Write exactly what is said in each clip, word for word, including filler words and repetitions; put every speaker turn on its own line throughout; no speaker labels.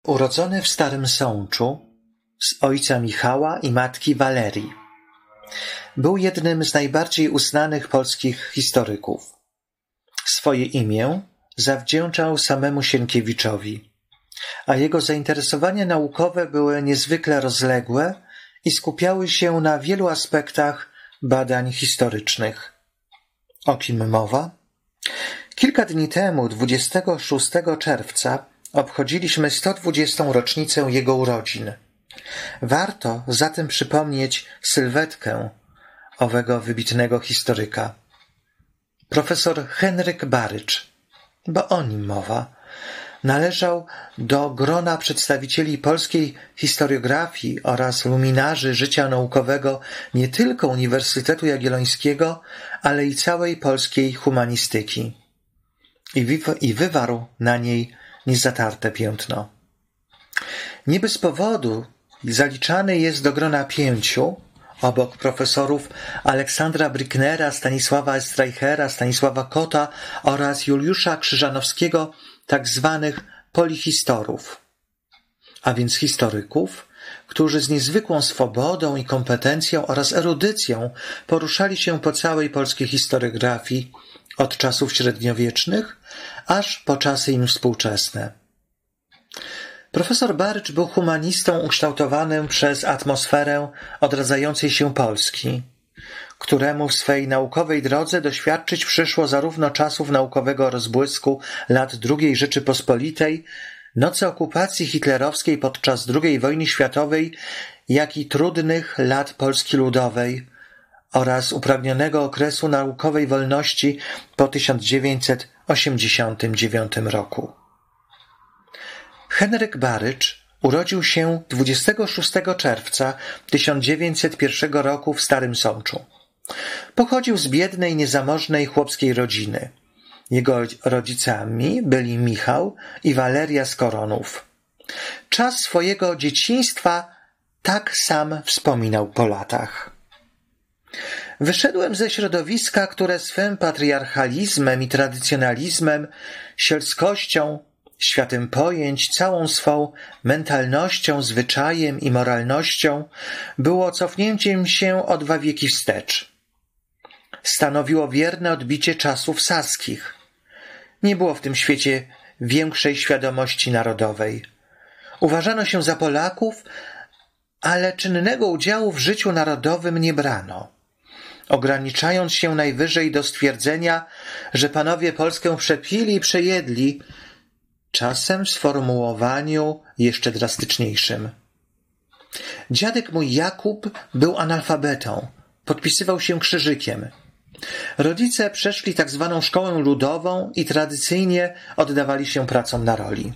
Urodzony w Starym Sączu z ojca Michała i matki Walerii. Był jednym z najbardziej uznanych polskich historyków. Swoje imię zawdzięczał samemu Sienkiewiczowi, a jego zainteresowania naukowe były niezwykle rozległe i skupiały się na wielu aspektach badań historycznych. O kim mowa? Kilka dni temu, dwudziestego szóstego czerwca, obchodziliśmy sto dwudziestą rocznicę jego urodzin. Warto zatem przypomnieć sylwetkę owego wybitnego historyka. Profesor Henryk Barycz, bo o nim mowa, należał do grona przedstawicieli polskiej historiografii oraz luminarzy życia naukowego nie tylko Uniwersytetu Jagiellońskiego, ale i całej polskiej humanistyki. I, wy- i wywarł na niej niezatarte piętno. Nie bez powodu zaliczany jest do grona pięciu, obok profesorów Aleksandra Brücknera, Stanisława Streichera, Stanisława Kota oraz Juliusza Krzyżanowskiego, tak zwanych polihistorów, a więc historyków, którzy z niezwykłą swobodą i kompetencją oraz erudycją poruszali się po całej polskiej historiografii od czasów średniowiecznych aż po czasy im współczesne. Profesor Barycz był humanistą ukształtowanym przez atmosferę odradzającej się Polski, któremu w swej naukowej drodze doświadczyć przyszło zarówno czasów naukowego rozbłysku lat drugiej Rzeczypospolitej, nocy okupacji hitlerowskiej podczas drugiej wojny światowej, jak i trudnych lat Polski Ludowej oraz upragnionego okresu naukowej wolności po tysiąc dziewięćset osiemdziesiątym dziewiątym roku. Henryk Barycz urodził się dwudziestego szóstego czerwca tysiąc dziewięćset pierwszego roku w Starym Sączu. Pochodził z biednej, niezamożnej chłopskiej rodziny. Jego rodzicami byli Michał i Waleria z Koronów. Czas swojego dzieciństwa tak sam wspominał po latach. Wyszedłem ze środowiska, które swym patriarchalizmem i tradycjonalizmem, sielskością, światem pojęć, całą swą mentalnością, zwyczajem i moralnością było cofnięciem się o dwa wieki wstecz. Stanowiło wierne odbicie czasów saskich. Nie było w tym świecie większej świadomości narodowej. Uważano się za Polaków, ale czynnego udziału w życiu narodowym nie brano, ograniczając się najwyżej do stwierdzenia, że panowie Polskę przepili i przejedli, czasem w sformułowaniu jeszcze drastyczniejszym. Dziadek mój Jakub był analfabetą, podpisywał się krzyżykiem. Rodzice przeszli tak zwaną szkołę ludową i tradycyjnie oddawali się pracom na roli.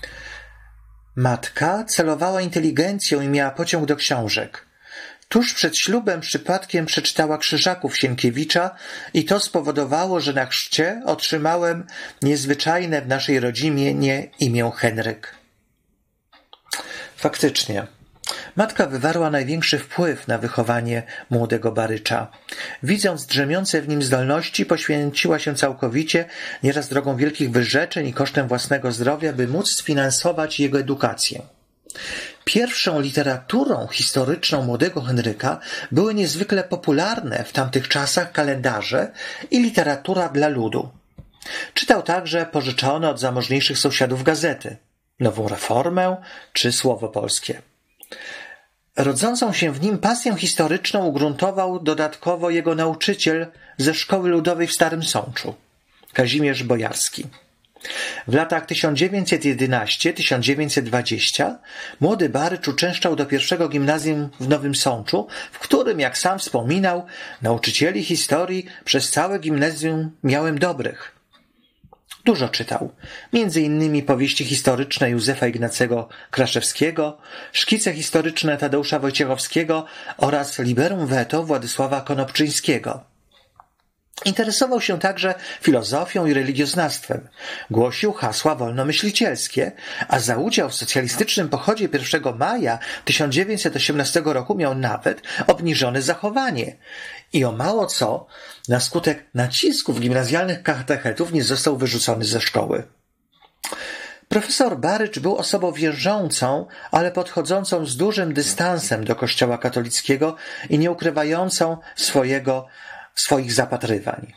Matka celowała inteligencją i miała pociąg do książek. Tuż przed ślubem przypadkiem przeczytała Krzyżaków Sienkiewicza i to spowodowało, że na chrzcie otrzymałem niezwyczajne w naszej rodzinie imię Henryk. Faktycznie, matka wywarła największy wpływ na wychowanie młodego Barycza. Widząc drzemiące w nim zdolności, poświęciła się całkowicie, nieraz drogą wielkich wyrzeczeń i kosztem własnego zdrowia, by móc sfinansować jego edukację. Pierwszą literaturą historyczną młodego Henryka były niezwykle popularne w tamtych czasach kalendarze i literatura dla ludu. Czytał także pożyczone od zamożniejszych sąsiadów gazety, Nową Reformę czy Słowo Polskie. Rodzącą się w nim pasję historyczną ugruntował dodatkowo jego nauczyciel ze Szkoły Ludowej w Starym Sączu, Kazimierz Bojarski. W latach tysiąc dziewięćset jedenastym do tysiąc dziewięćset dwudziestego młody Barycz uczęszczał do pierwszego gimnazjum w Nowym Sączu, w którym, jak sam wspominał, nauczycieli historii przez całe gimnazjum miałem dobrych. Dużo czytał, między innymi powieści historyczne Józefa Ignacego Kraszewskiego, szkice historyczne Tadeusza Wojciechowskiego oraz Liberum Veto Władysława Konopczyńskiego. Interesował się także filozofią i religioznawstwem. Głosił hasła wolnomyślicielskie, a za udział w socjalistycznym pochodzie pierwszego maja tysiąc dziewięćset osiemnastego roku miał nawet obniżone zachowanie. I o mało co, na skutek nacisków gimnazjalnych katechetów nie został wyrzucony ze szkoły. Profesor Barycz był osobą wierzącą, ale podchodzącą z dużym dystansem do Kościoła katolickiego i nie ukrywającą swojego, swoich zapatrywań.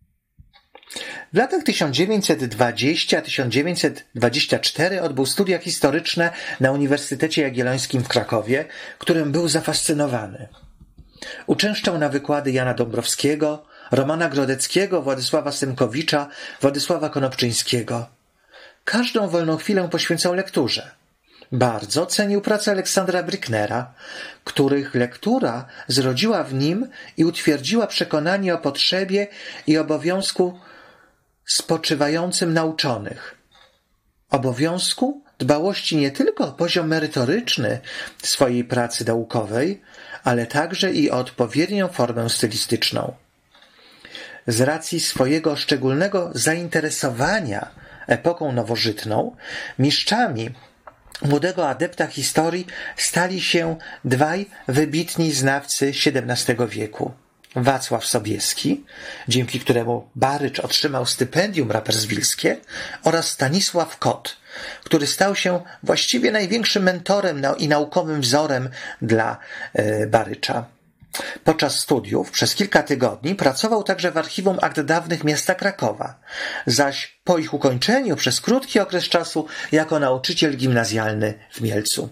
W latach tysiąc dziewięćset dwudziestym do tysiąc dziewięćset dwudziestego czwartego odbył studia historyczne na Uniwersytecie Jagiellońskim w Krakowie, którym był zafascynowany. Uczęszczał na wykłady Jana Dąbrowskiego, Romana Grodeckiego, Władysława Symkowicza, Władysława Konopczyńskiego. Każdą wolną chwilę poświęcał lekturze. Bardzo cenił pracę Aleksandra Brücknera, których lektura zrodziła w nim i utwierdziła przekonanie o potrzebie i obowiązku spoczywającym na uczonych. Obowiązku dbałości nie tylko o poziom merytoryczny swojej pracy naukowej, ale także i o odpowiednią formę stylistyczną. Z racji swojego szczególnego zainteresowania epoką nowożytną, mistrzami młodego adepta historii stali się dwaj wybitni znawcy siedemnastego wieku. Wacław Sobieski, dzięki któremu Barycz otrzymał stypendium raperswilskie, oraz Stanisław Kot, który stał się właściwie największym mentorem i naukowym wzorem dla Barycza. Podczas studiów przez kilka tygodni pracował także w Archiwum Akt Dawnych Miasta Krakowa, zaś po ich ukończeniu przez krótki okres czasu jako nauczyciel gimnazjalny w Mielcu.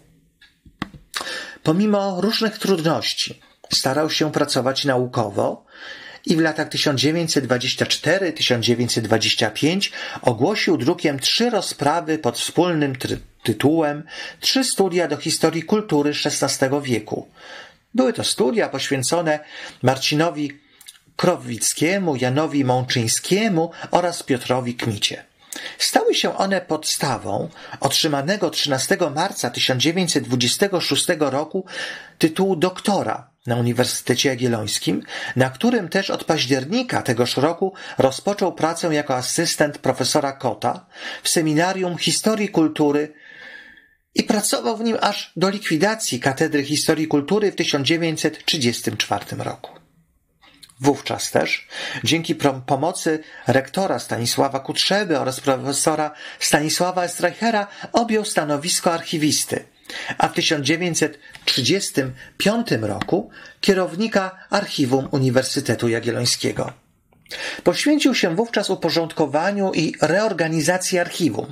Pomimo różnych trudności starał się pracować naukowo i w latach tysiąc dziewięćset dwudziestym czwartym do tysiąc dziewięćset dwudziestego piątego ogłosił drukiem trzy rozprawy pod wspólnym tytułem Trzy studia do historii kultury szesnastego wieku. Były to studia poświęcone Marcinowi Krowickiemu, Janowi Mączyńskiemu oraz Piotrowi Kmicie. Stały się one podstawą otrzymanego trzynastego marca tysiąc dziewięćset dwudziestego szóstego roku tytułu doktora na Uniwersytecie Jagiellońskim, na którym też od października tegoż roku rozpoczął pracę jako asystent profesora Kota w Seminarium Historii Kultury i pracował w nim aż do likwidacji Katedry Historii Kultury w tysiąc dziewięćset trzydziestym czwartym roku. Wówczas też, dzięki pomocy rektora Stanisława Kutrzeby oraz profesora Stanisława Estreichera, objął stanowisko archiwisty, a w tysiąc dziewięćset trzydziestym piątym roku kierownika Archiwum Uniwersytetu Jagiellońskiego. Poświęcił się wówczas uporządkowaniu i reorganizacji archiwum,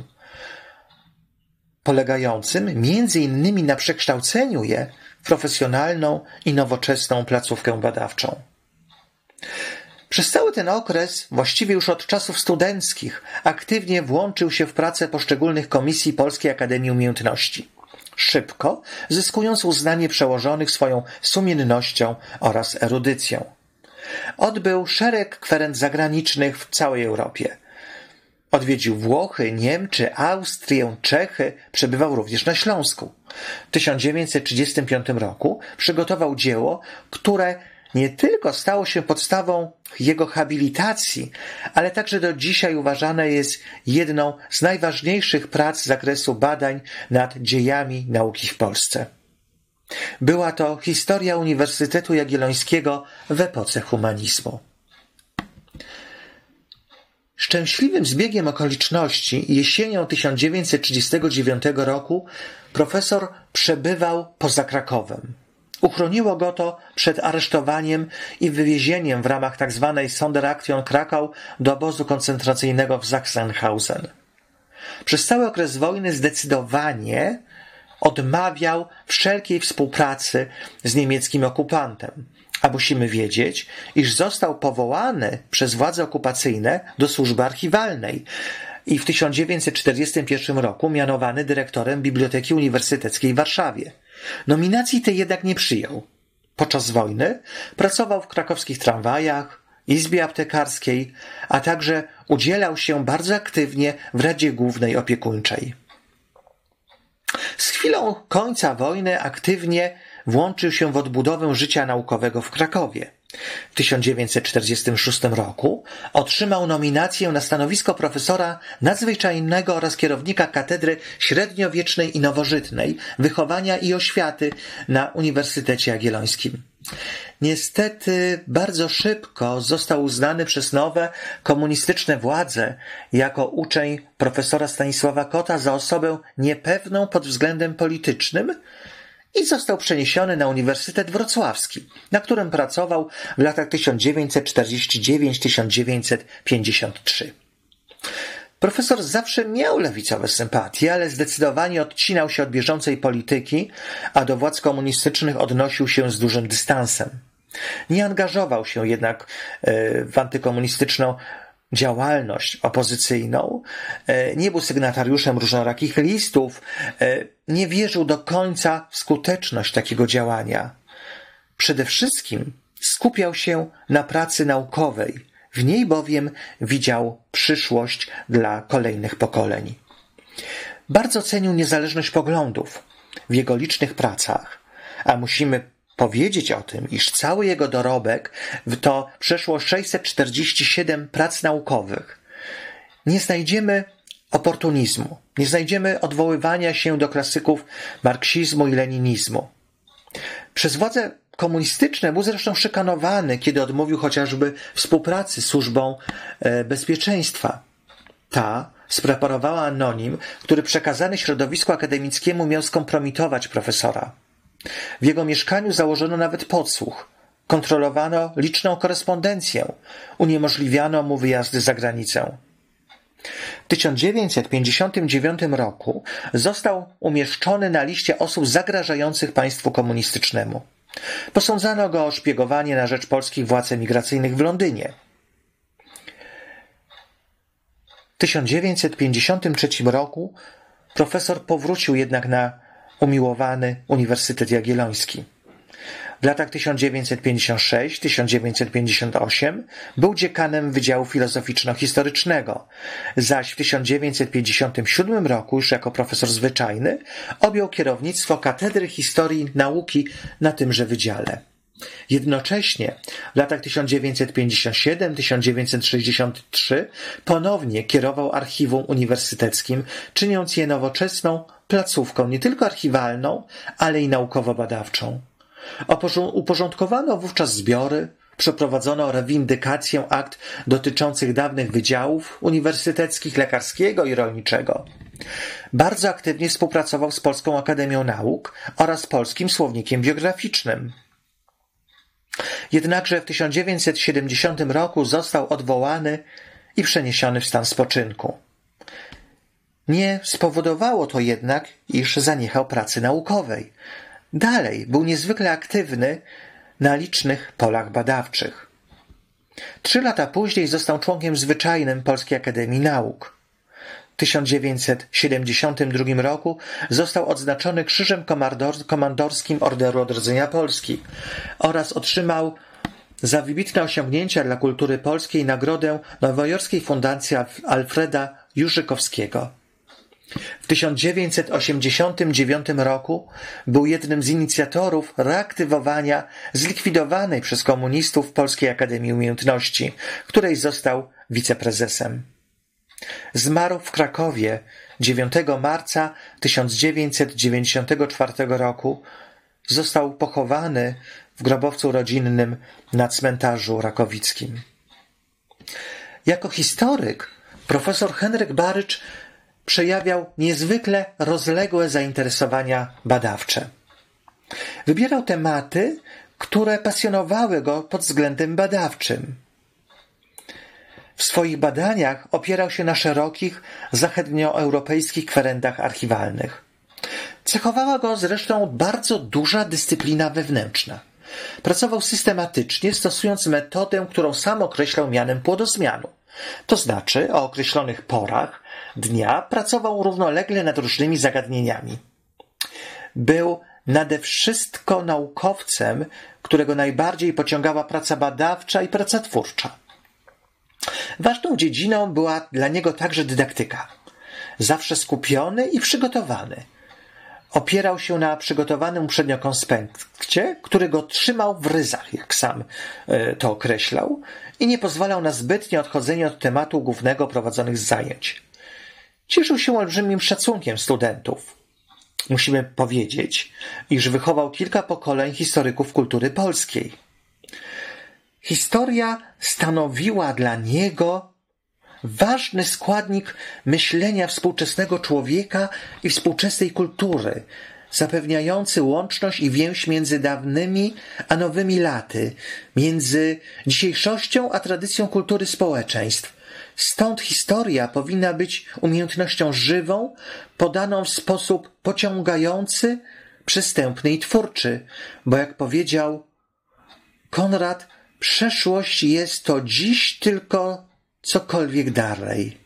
polegającym między innymi na przekształceniu je w profesjonalną i nowoczesną placówkę badawczą. Przez cały ten okres, właściwie już od czasów studenckich, aktywnie włączył się w pracę poszczególnych komisji Polskiej Akademii Umiejętności, szybko zyskując uznanie przełożonych swoją sumiennością oraz erudycją. Odbył szereg kwerend zagranicznych w całej Europie. Odwiedził Włochy, Niemcy, Austrię, Czechy, przebywał również na Śląsku. W tysiąc dziewięćset trzydziestym piątym roku przygotował dzieło, które nie tylko stało się podstawą jego habilitacji, ale także do dzisiaj uważane jest jedną z najważniejszych prac z zakresu badań nad dziejami nauki w Polsce. Była to historia Uniwersytetu Jagiellońskiego w epoce humanizmu. Szczęśliwym zbiegiem okoliczności jesienią tysiąc dziewięćset trzydziestego dziewiątego roku profesor przebywał poza Krakowem. Uchroniło go to przed aresztowaniem i wywiezieniem w ramach tzw. Sonderaktion Krakau do obozu koncentracyjnego w Sachsenhausen. Przez cały okres wojny zdecydowanie odmawiał wszelkiej współpracy z niemieckim okupantem, a musimy wiedzieć, iż został powołany przez władze okupacyjne do służby archiwalnej i w tysiąc dziewięćset czterdziestym pierwszym roku mianowany dyrektorem Biblioteki Uniwersyteckiej w Warszawie. Nominacji tej jednak nie przyjął. Podczas wojny pracował w krakowskich tramwajach, izbie aptekarskiej, a także udzielał się bardzo aktywnie w Radzie Głównej Opiekuńczej. Z chwilą końca wojny aktywnie włączył się w odbudowę życia naukowego w Krakowie. W tysiąc dziewięćset czterdziestym szóstym roku otrzymał nominację na stanowisko profesora nadzwyczajnego oraz kierownika Katedry Średniowiecznej i Nowożytnej Wychowania i Oświaty na Uniwersytecie Jagiellońskim. Niestety bardzo szybko został uznany przez nowe komunistyczne władze jako uczeń profesora Stanisława Kota za osobę niepewną pod względem politycznym i został przeniesiony na Uniwersytet Wrocławski, na którym pracował w latach tysiąc dziewięćset czterdziesty dziewiąty do tysiąc dziewięćset pięćdziesiątego trzeciego. Profesor zawsze miał lewicowe sympatie, ale zdecydowanie odcinał się od bieżącej polityki, a do władz komunistycznych odnosił się z dużym dystansem. Nie angażował się jednak w antykomunistyczną działalność opozycyjną, nie był sygnatariuszem różnorakich listów, nie wierzył do końca w skuteczność takiego działania. Przede wszystkim skupiał się na pracy naukowej, w niej bowiem widział przyszłość dla kolejnych pokoleń. Bardzo cenił niezależność poglądów w jego licznych pracach, a musimy powiedzieć o tym, iż cały jego dorobek to przeszło sześćset czterdzieści siedem prac naukowych. Nie znajdziemy oportunizmu, nie znajdziemy odwoływania się do klasyków marksizmu i leninizmu. Przez władze komunistyczne był zresztą szykanowany, kiedy odmówił chociażby współpracy z służbą bezpieczeństwa. Ta spreparowała anonim, który przekazany środowisku akademickiemu miał skompromitować profesora. W jego mieszkaniu założono nawet podsłuch, kontrolowano liczną korespondencję, uniemożliwiano mu wyjazdy za granicę. W tysiąc dziewięćset pięćdziesiątym dziewiątym roku został umieszczony na liście osób zagrażających państwu komunistycznemu. Posądzano go o szpiegowanie na rzecz polskich władz emigracyjnych w Londynie. W tysiąc dziewięćset pięćdziesiątym trzecim roku profesor powrócił jednak na umiłowany Uniwersytet Jagielloński. W latach tysiąc dziewięćset pięćdziesiątym szóstym do tysiąc dziewięćset pięćdziesiątego ósmego był dziekanem Wydziału Filozoficzno-Historycznego, zaś w tysiąc dziewięćset pięćdziesiątym siódmym roku, już jako profesor zwyczajny, objął kierownictwo Katedry Historii Nauki na tymże wydziale. Jednocześnie w latach tysiąc dziewięćset pięćdziesiątym siódmym do tysiąc dziewięćset sześćdziesiątego trzeciego ponownie kierował archiwum uniwersyteckim, czyniąc je nowoczesną placówką nie tylko archiwalną, ale i naukowo-badawczą. Uporządkowano wówczas zbiory, przeprowadzono rewindykację akt dotyczących dawnych wydziałów uniwersyteckich, lekarskiego i rolniczego. Bardzo aktywnie współpracował z Polską Akademią Nauk oraz Polskim Słownikiem Biograficznym. Jednakże w tysiąc dziewięćset siedemdziesiątym roku został odwołany i przeniesiony w stan spoczynku. Nie spowodowało to jednak, iż zaniechał pracy naukowej. Dalej był niezwykle aktywny na licznych polach badawczych. Trzy lata później został członkiem zwyczajnym Polskiej Akademii Nauk. W tysiąc dziewięćset siedemdziesiątym drugim roku został odznaczony Krzyżem Komandorskim Orderu Odrodzenia Polski oraz otrzymał za wybitne osiągnięcia dla kultury polskiej nagrodę Nowojorskiej Fundacji Alfreda Jurzykowskiego. W tysiąc dziewięćset osiemdziesiątym dziewiątym roku był jednym z inicjatorów reaktywowania zlikwidowanej przez komunistów Polskiej Akademii Umiejętności, której został wiceprezesem. Zmarł w Krakowie dziewiątego marca tysiąc dziewięćset dziewięćdziesiątego czwartego roku. Został pochowany w grobowcu rodzinnym na cmentarzu rakowickim. Jako historyk profesor Henryk Barycz przejawiał niezwykle rozległe zainteresowania badawcze. Wybierał tematy, które pasjonowały go pod względem badawczym. W swoich badaniach opierał się na szerokich, zachodnioeuropejskich kwerendach archiwalnych. Cechowała go zresztą bardzo duża dyscyplina wewnętrzna. Pracował systematycznie, stosując metodę, którą sam określał mianem płodozmianu. To znaczy, o określonych porach dnia pracował równolegle nad różnymi zagadnieniami. Był nade wszystko naukowcem, którego najbardziej pociągała praca badawcza i praca twórcza. Ważną dziedziną była dla niego także dydaktyka. Zawsze skupiony i przygotowany. Opierał się na przygotowanym uprzednio konspekcie, który go trzymał w ryzach, jak sam to określał, i nie pozwalał na zbytnie odchodzenie od tematu głównego prowadzonych zajęć. Cieszył się olbrzymim szacunkiem studentów. musimy powiedzieć, iż wychował kilka pokoleń historyków kultury polskiej. Historia stanowiła dla niego ważny składnik myślenia współczesnego człowieka i współczesnej kultury, zapewniający łączność i więź między dawnymi a nowymi laty, między dzisiejszością a tradycją kultury społeczeństw. Stąd historia powinna być umiejętnością żywą, podaną w sposób pociągający, przystępny i twórczy, bo jak powiedział Konrad, przeszłość jest to dziś tylko cokolwiek dalej.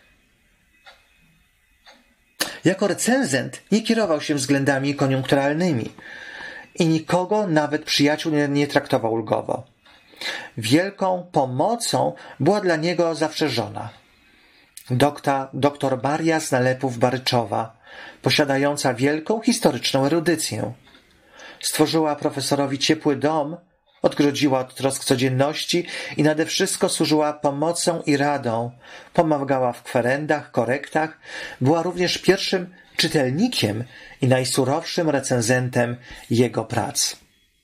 Jako recenzent nie kierował się względami koniunkturalnymi i nikogo, nawet przyjaciół, nie, nie traktował ulgowo. Wielką pomocą była dla niego zawsze żona. Dokta, doktor Maria z Nalepów-Baryczowa, posiadająca wielką historyczną erudycję. Stworzyła profesorowi ciepły dom, odgrodziła od trosk codzienności i nade wszystko służyła pomocą i radą. Pomagała w kwerendach, korektach, była również pierwszym czytelnikiem i najsurowszym recenzentem jego prac.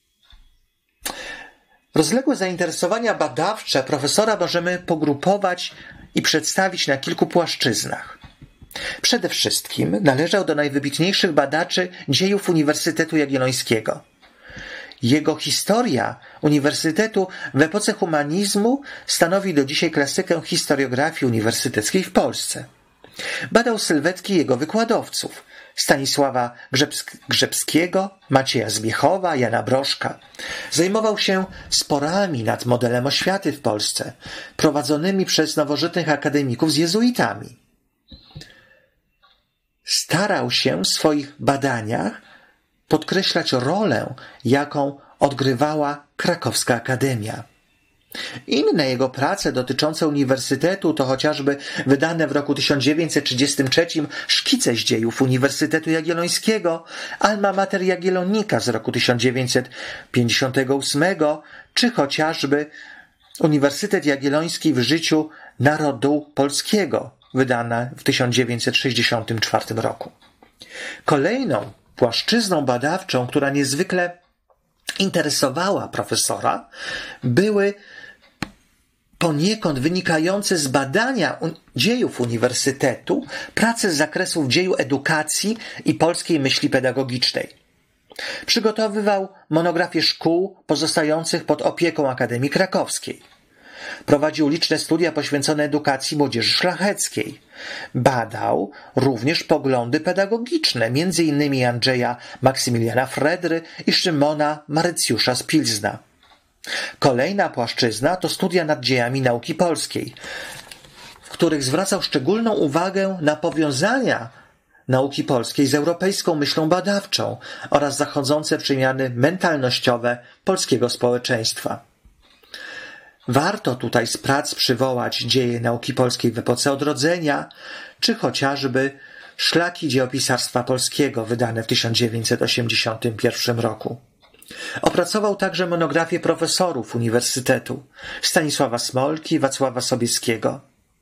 Rozległe zainteresowania badawcze profesora możemy pogrupować i przedstawić na kilku płaszczyznach. Przede wszystkim należał do najwybitniejszych badaczy dziejów Uniwersytetu Jagiellońskiego. Jego historia Uniwersytetu w epoce humanizmu stanowi do dzisiaj klasykę historiografii uniwersyteckiej w Polsce. Badał sylwetki jego wykładowców Stanisława Grzebsk- Grzebskiego, Macieja Zbiechowa, Jana Broszka. Zajmował się sporami nad modelem oświaty w Polsce, prowadzonymi przez nowożytnych akademików z jezuitami. Starał się w swoich badaniach podkreślać rolę, jaką odgrywała Krakowska Akademia. Inne jego prace dotyczące uniwersytetu to chociażby wydane w roku tysiąc dziewięćset trzydziestym trzecim szkice z dziejów Uniwersytetu Jagiellońskiego, Alma Mater Jagiellonika z roku tysiąc dziewięćset pięćdziesiątego ósmego, czy chociażby Uniwersytet Jagielloński w życiu narodu polskiego, wydane w tysiąc dziewięćset sześćdziesiątym czwartym roku. Kolejną płaszczyzną badawczą, która niezwykle interesowała profesora, były poniekąd wynikające z badania dziejów uniwersytetu prace z zakresów dzieju edukacji i polskiej myśli pedagogicznej. Przygotowywał monografię szkół pozostających pod opieką Akademii Krakowskiej. Prowadził liczne studia poświęcone edukacji młodzieży szlacheckiej. Badał również poglądy pedagogiczne, między innymi Andrzeja Maksymiliana Fredry i Szymona Marycjusza z Pilzna. Kolejna płaszczyzna to studia nad dziejami nauki polskiej, w których zwracał szczególną uwagę na powiązania nauki polskiej z europejską myślą badawczą oraz zachodzące przemiany mentalnościowe polskiego społeczeństwa. Warto tutaj z prac przywołać dzieje nauki polskiej w epoce odrodzenia, czy chociażby Szlaki dziejopisarstwa polskiego, wydane w tysiąc dziewięćset osiemdziesiątym pierwszym roku. Opracował także monografię profesorów Uniwersytetu Stanisława Smolki, Wacława Sobieskiego.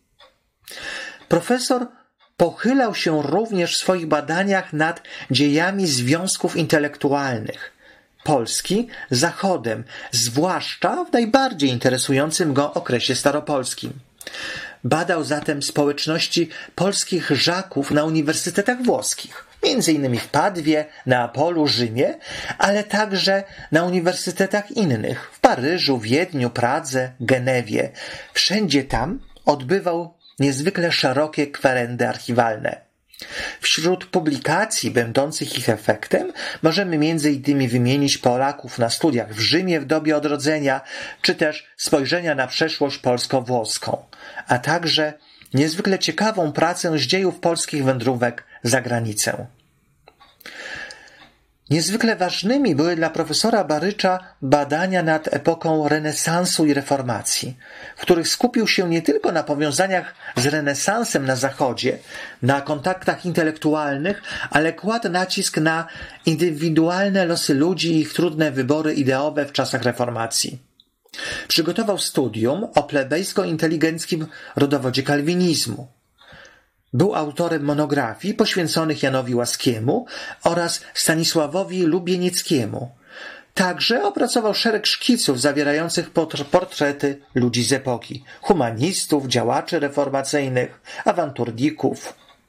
Profesor pochylał się również w swoich badaniach nad dziejami związków intelektualnych Polski z Zachodem, zwłaszcza w najbardziej interesującym go okresie staropolskim. Badał zatem społeczności polskich Żaków na uniwersytetach włoskich, między innymi w Padwie, Neapolu, Rzymie, ale także na uniwersytetach innych w Paryżu, Wiedniu, Pradze, Genewie. Wszędzie tam odbywał niezwykle szerokie kwerendy archiwalne. Wśród publikacji będących ich efektem możemy między innymi wymienić Polaków na studiach w Rzymie w dobie odrodzenia, czy też spojrzenia na przeszłość polsko-włoską, a także niezwykle ciekawą pracę z dziejów polskich wędrówek za granicę. Niezwykle ważnymi były dla profesora Barycza badania nad epoką renesansu i reformacji, w których skupił się nie tylko na powiązaniach z renesansem na Zachodzie, na kontaktach intelektualnych, ale kładł nacisk na indywidualne losy ludzi i ich trudne wybory ideowe w czasach reformacji. Przygotował studium o plebejsko-inteligenckim rodowodzie kalwinizmu. Był autorem monografii poświęconych Janowi Łaskiemu oraz Stanisławowi Lubienieckiemu. Także opracował szereg szkiców zawierających portrety ludzi z epoki, humanistów, działaczy reformacyjnych, awanturników.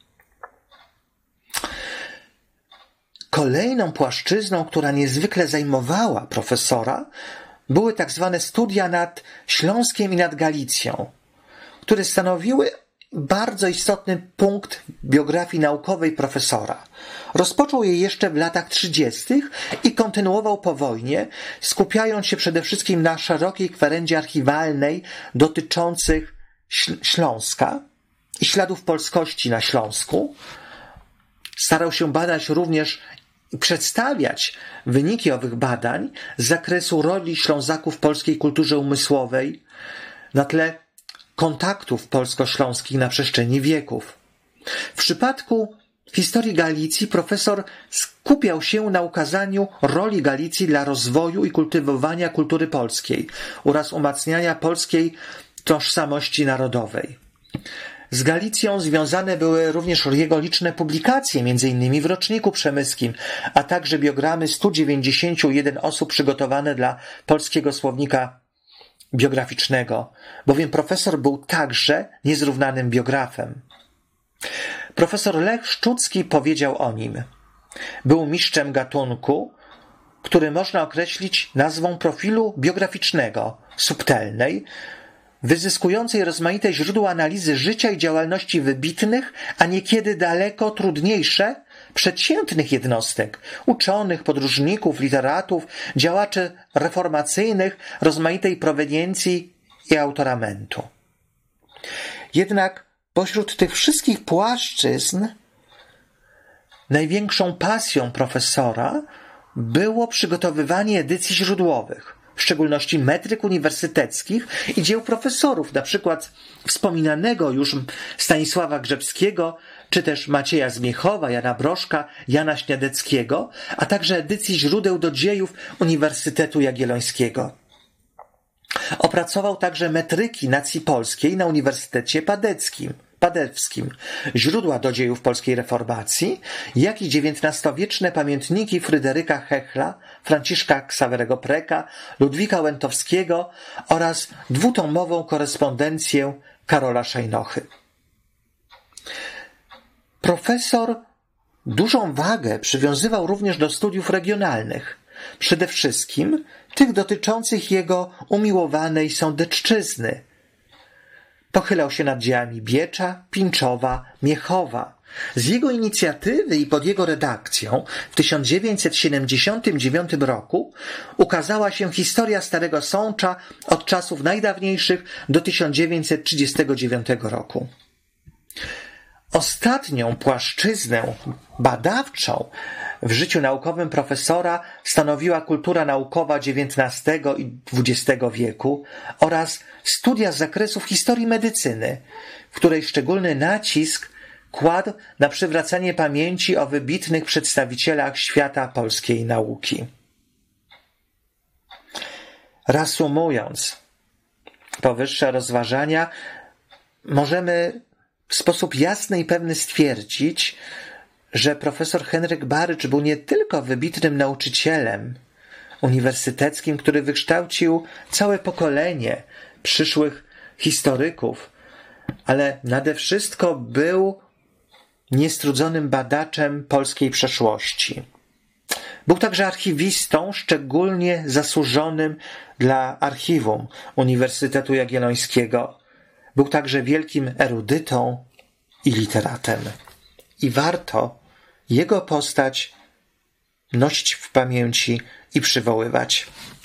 Kolejną płaszczyzną, która niezwykle zajmowała profesora, były tak zwane studia nad Śląskiem i nad Galicją, które stanowiły bardzo istotny punkt biografii naukowej profesora. Rozpoczął je jeszcze w latach trzydziestych i kontynuował po wojnie, skupiając się przede wszystkim na szerokiej kwerendzie archiwalnej dotyczących Śląska i śladów polskości na Śląsku. Starał się badać również i przedstawiać wyniki owych badań z zakresu roli Ślązaków w polskiej kulturze umysłowej na tle kontaktów polsko-śląskich na przestrzeni wieków. W przypadku historii Galicji profesor skupiał się na ukazaniu roli Galicji dla rozwoju i kultywowania kultury polskiej oraz umacniania polskiej tożsamości narodowej. Z Galicją związane były również jego liczne publikacje, między innymi w Roczniku Przemyskim, a także biogramy stu dziewięćdziesięciu jeden osób przygotowane dla Polskiego Słownika Biograficznego, bowiem profesor był także niezrównanym biografem. Profesor Lech Szczucki powiedział o nim: był mistrzem gatunku, który można określić nazwą profilu biograficznego, subtelnej, wyzyskującej rozmaite źródła analizy życia i działalności wybitnych, a niekiedy daleko trudniejsze, przeciętnych jednostek, uczonych, podróżników, literatów, działaczy reformacyjnych, rozmaitej proweniencji i autoramentu. Jednak pośród tych wszystkich płaszczyzn największą pasją profesora było przygotowywanie edycji źródłowych, w szczególności metryk uniwersyteckich i dzieł profesorów, na przykład wspominanego już Stanisława Grzebskiego, czy też Macieja Zmiechowa, Jana Broszka, Jana Śniadeckiego, a także edycji źródeł do dziejów Uniwersytetu Jagiellońskiego. Opracował także metryki nacji polskiej na Uniwersytecie Padeckim, Padewskim, źródła do dziejów polskiej reformacji, jak i dziewiętnastowieczne pamiętniki Fryderyka Hechla, Franciszka Ksawerego Preka, Ludwika Łętowskiego oraz dwutomową korespondencję Karola Szajnochy. Profesor dużą wagę przywiązywał również do studiów regionalnych, przede wszystkim tych dotyczących jego umiłowanej Sądeczczyzny. Pochylał się nad dziełami Biecza, Pińczowa, Miechowa. Z jego inicjatywy i pod jego redakcją w tysiąc dziewięćset siedemdziesiątym dziewiątym roku ukazała się Historia Starego Sącza od czasów najdawniejszych do tysiąc dziewięćset trzydziestego dziewiątego roku. Ostatnią płaszczyznę badawczą w życiu naukowym profesora stanowiła kultura naukowa dziewiętnastego i dwudziestego wieku oraz studia z zakresów historii medycyny, w której szczególny nacisk kładł na przywracanie pamięci o wybitnych przedstawicielach świata polskiej nauki. Reasumując powyższe rozważania, możemy w sposób jasny i pewny stwierdzić, że profesor Henryk Barycz był nie tylko wybitnym nauczycielem uniwersyteckim, który wykształcił całe pokolenie przyszłych historyków, ale nade wszystko był niestrudzonym badaczem polskiej przeszłości. Był także archiwistą szczególnie zasłużonym dla archiwum Uniwersytetu Jagiellońskiego. Był także wielkim erudytą i literatem. I warto jego postać nosić w pamięci i przywoływać.